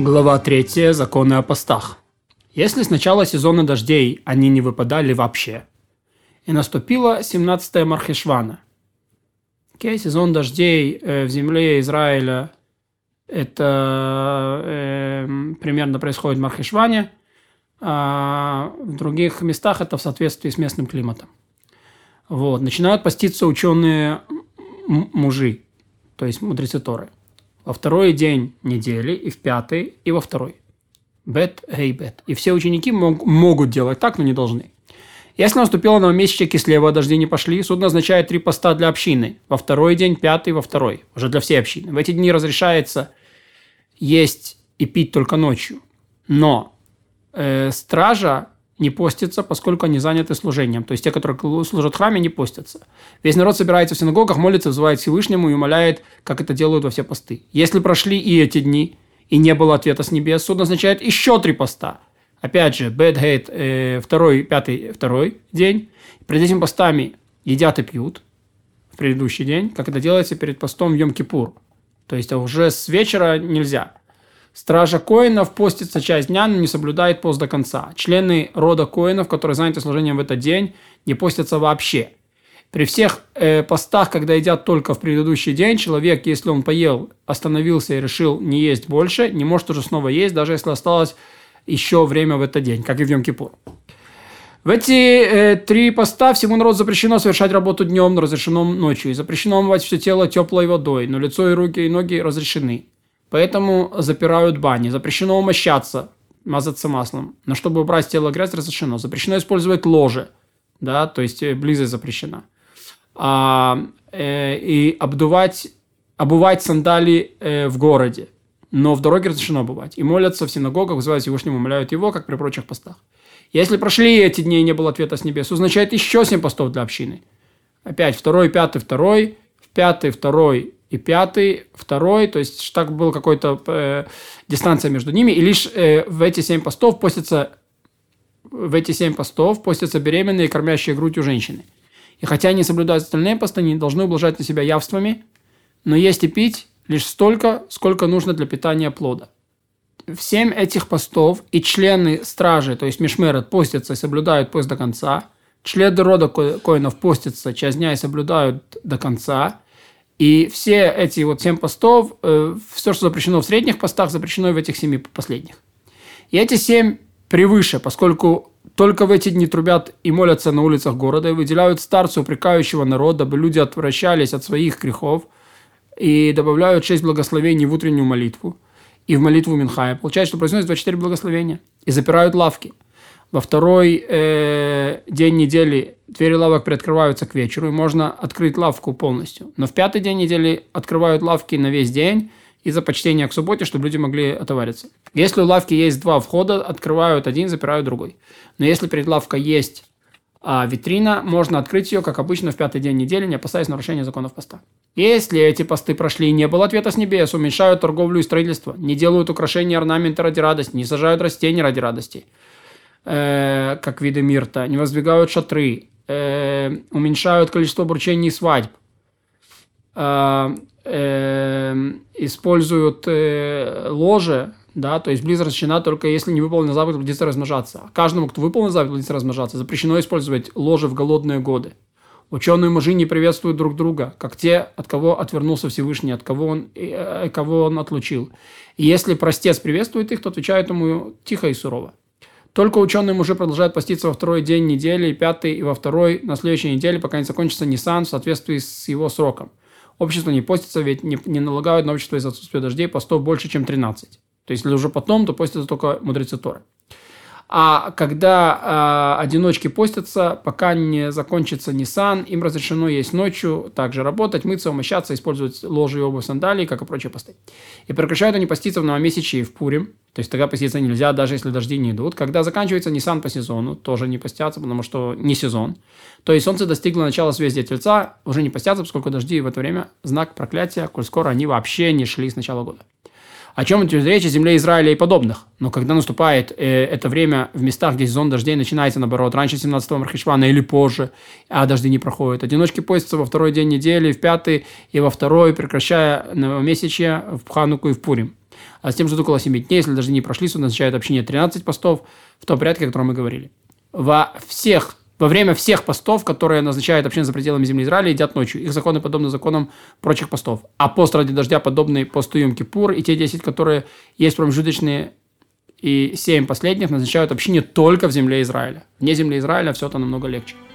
Глава 3. Законы о постах. Если с начала сезона дождей они не выпадали вообще, и наступило 17-е Мархешвана. Сезон дождей в земле Израиля, это примерно происходит в Мархешване, а в других местах это в соответствии с местным климатом. Начинают поститься ученые мужи, то есть мудрецы Торы. Во второй день недели, и в пятый, и во второй. Бет, гей, бет. И все ученики могут делать так, но не должны. Если наступило новомесячие Кислева, дожди не пошли, суд назначает 3 поста для общины. Во второй день, пятый, во второй. Уже для всей общины. В эти дни разрешается есть и пить только ночью. Но стража не постится, поскольку они заняты служением. То есть те, которые служат в храме, не постятся. Весь народ собирается в синагогах, молится, взывает Всевышнему и умоляет, как это делают во все посты. Если прошли и эти дни, и не было ответа с небес, суд назначает еще 3 поста. Опять же, бет, гейт, второй, пятый, второй день. Перед этими постами едят и пьют в предыдущий день, как это делается перед постом в Йом-Кипур. То есть уже с вечера нельзя. Стража коэнов постится часть дня, но не соблюдает пост до конца. Члены рода коэнов, которые заняты служением в этот день, не постятся вообще. При всех постах, когда едят только в предыдущий день, человек, если он поел, остановился и решил не есть больше, не может уже снова есть, даже если осталось еще время в этот день, как и в Йом-Кипур. В эти 3 поста всему народу запрещено совершать работу днем, но разрешено ночью. И запрещено омывать все тело теплой водой, но лицо и руки и ноги разрешены. Поэтому запирают бани. Запрещено умощаться, мазаться маслом. Но чтобы убрать с тела грязь, разрешено. Запрещено использовать ложе, да, то есть близость запрещена. И обувать сандали в городе. Но в дороге разрешено обувать. И молятся в синагогах, вызывают Всевышнему, умоляют его, как при прочих постах. Если прошли эти дни и не было ответа с небес, означает еще 7 постов для общины. Опять 2, 5, 2, в 5, 2 и 5, 2, то есть так была какая-то дистанция между ними, и лишь в эти 7 постов постятся беременные и кормящие грудью женщины. И хотя они соблюдают остальные посты, они должны ублажать на себя явствами, но есть и пить лишь столько, сколько нужно для питания плода. В 7 этих постов и члены стражи, то есть мишмерет, постятся и соблюдают пост до конца, члены рода коэнов постятся часть дня и соблюдают до конца. И все эти 7 постов, все, что запрещено в средних постах, запрещено и в этих 7 последних. И эти 7 превыше, поскольку только в эти дни трубят и молятся на улицах города, и выделяют старцу, упрекающего народ, дабы люди отвращались от своих грехов, и добавляют 6 благословений в утреннюю молитву и в молитву Минхая. Получается, что произносят 24 благословения. И запирают лавки. Во второй день недели двери лавок приоткрываются к вечеру, и можно открыть лавку полностью. Но в 5-й день недели открывают лавки на весь день из-за почтения к субботе, чтобы люди могли отовариться. Если у лавки есть 2 входа, открывают один, запирают другой. Но если перед лавкой есть витрина, можно открыть ее, как обычно, в 5-й день недели, не опасаясь нарушения законов поста. Если эти посты прошли и не было ответа с небес, уменьшают торговлю и строительство, не делают украшения и орнаменты ради радости, не сажают растения ради радости, как виды мирта, не воздвигают шатры, уменьшают количество обручений и свадьб, используют ложе, да, то есть близость разрешена только если не выполнена заповедь блудиться размножаться. Каждому, кто выполнил заповедь блудиться размножаться, запрещено использовать ложе в голодные годы. Ученые мужи не приветствуют друг друга, как те, от кого отвернулся Всевышний, от кого он отлучил. И если простец приветствует их, то отвечают ему тихо и сурово. Только ученые мужи продолжают поститься во 2-й день недели, и 5-й, и во 2-й на следующей неделе, пока не закончится Нисан в соответствии с его сроком. Общество не постится, ведь не налагают на общество из-за отсутствия дождей постов больше, чем 13. То есть, если уже потом, то постятся только мудрецы Торы. А когда одиночки постятся, пока не закончится Нисан, им разрешено есть ночью, также работать, мыться, умощаться, использовать ложе и обувь сандалии, как и прочие посты. И прекращают они поститься в новомесячье и в Пурим, то есть тогда поститься нельзя, даже если дожди не идут. Когда заканчивается Нисан по сезону, тоже не постятся, потому что не сезон. То есть солнце достигло начала созвездия Тельца, уже не постятся, поскольку дожди в это время знак проклятия, коль скоро они вообще не шли с начала года. О чем идет речь? О земле Израиля и подобных. Но когда наступает это время в местах, где сезон дождей начинается, наоборот, раньше 17-го Мархешвана или позже, а дожди не проходят. Одиночки постятся во 2-й день недели, в 5-й и во 2-й, прекращая новомесячье в Хануку и в Пурим. А с тем, что около 7 дней, если даже не прошли, суд назначает общине 13 постов в том порядке, о котором мы говорили. Во время всех постов, которые назначают общины за пределами земли Израиля, едят ночью. Их законы подобны законам прочих постов. А пост ради дождя подобный посту Йом-Кипур, и те 10, которые есть промежуточные, и 7 последних назначают общине только в земле Израиля. Вне земли Израиля все это намного легче.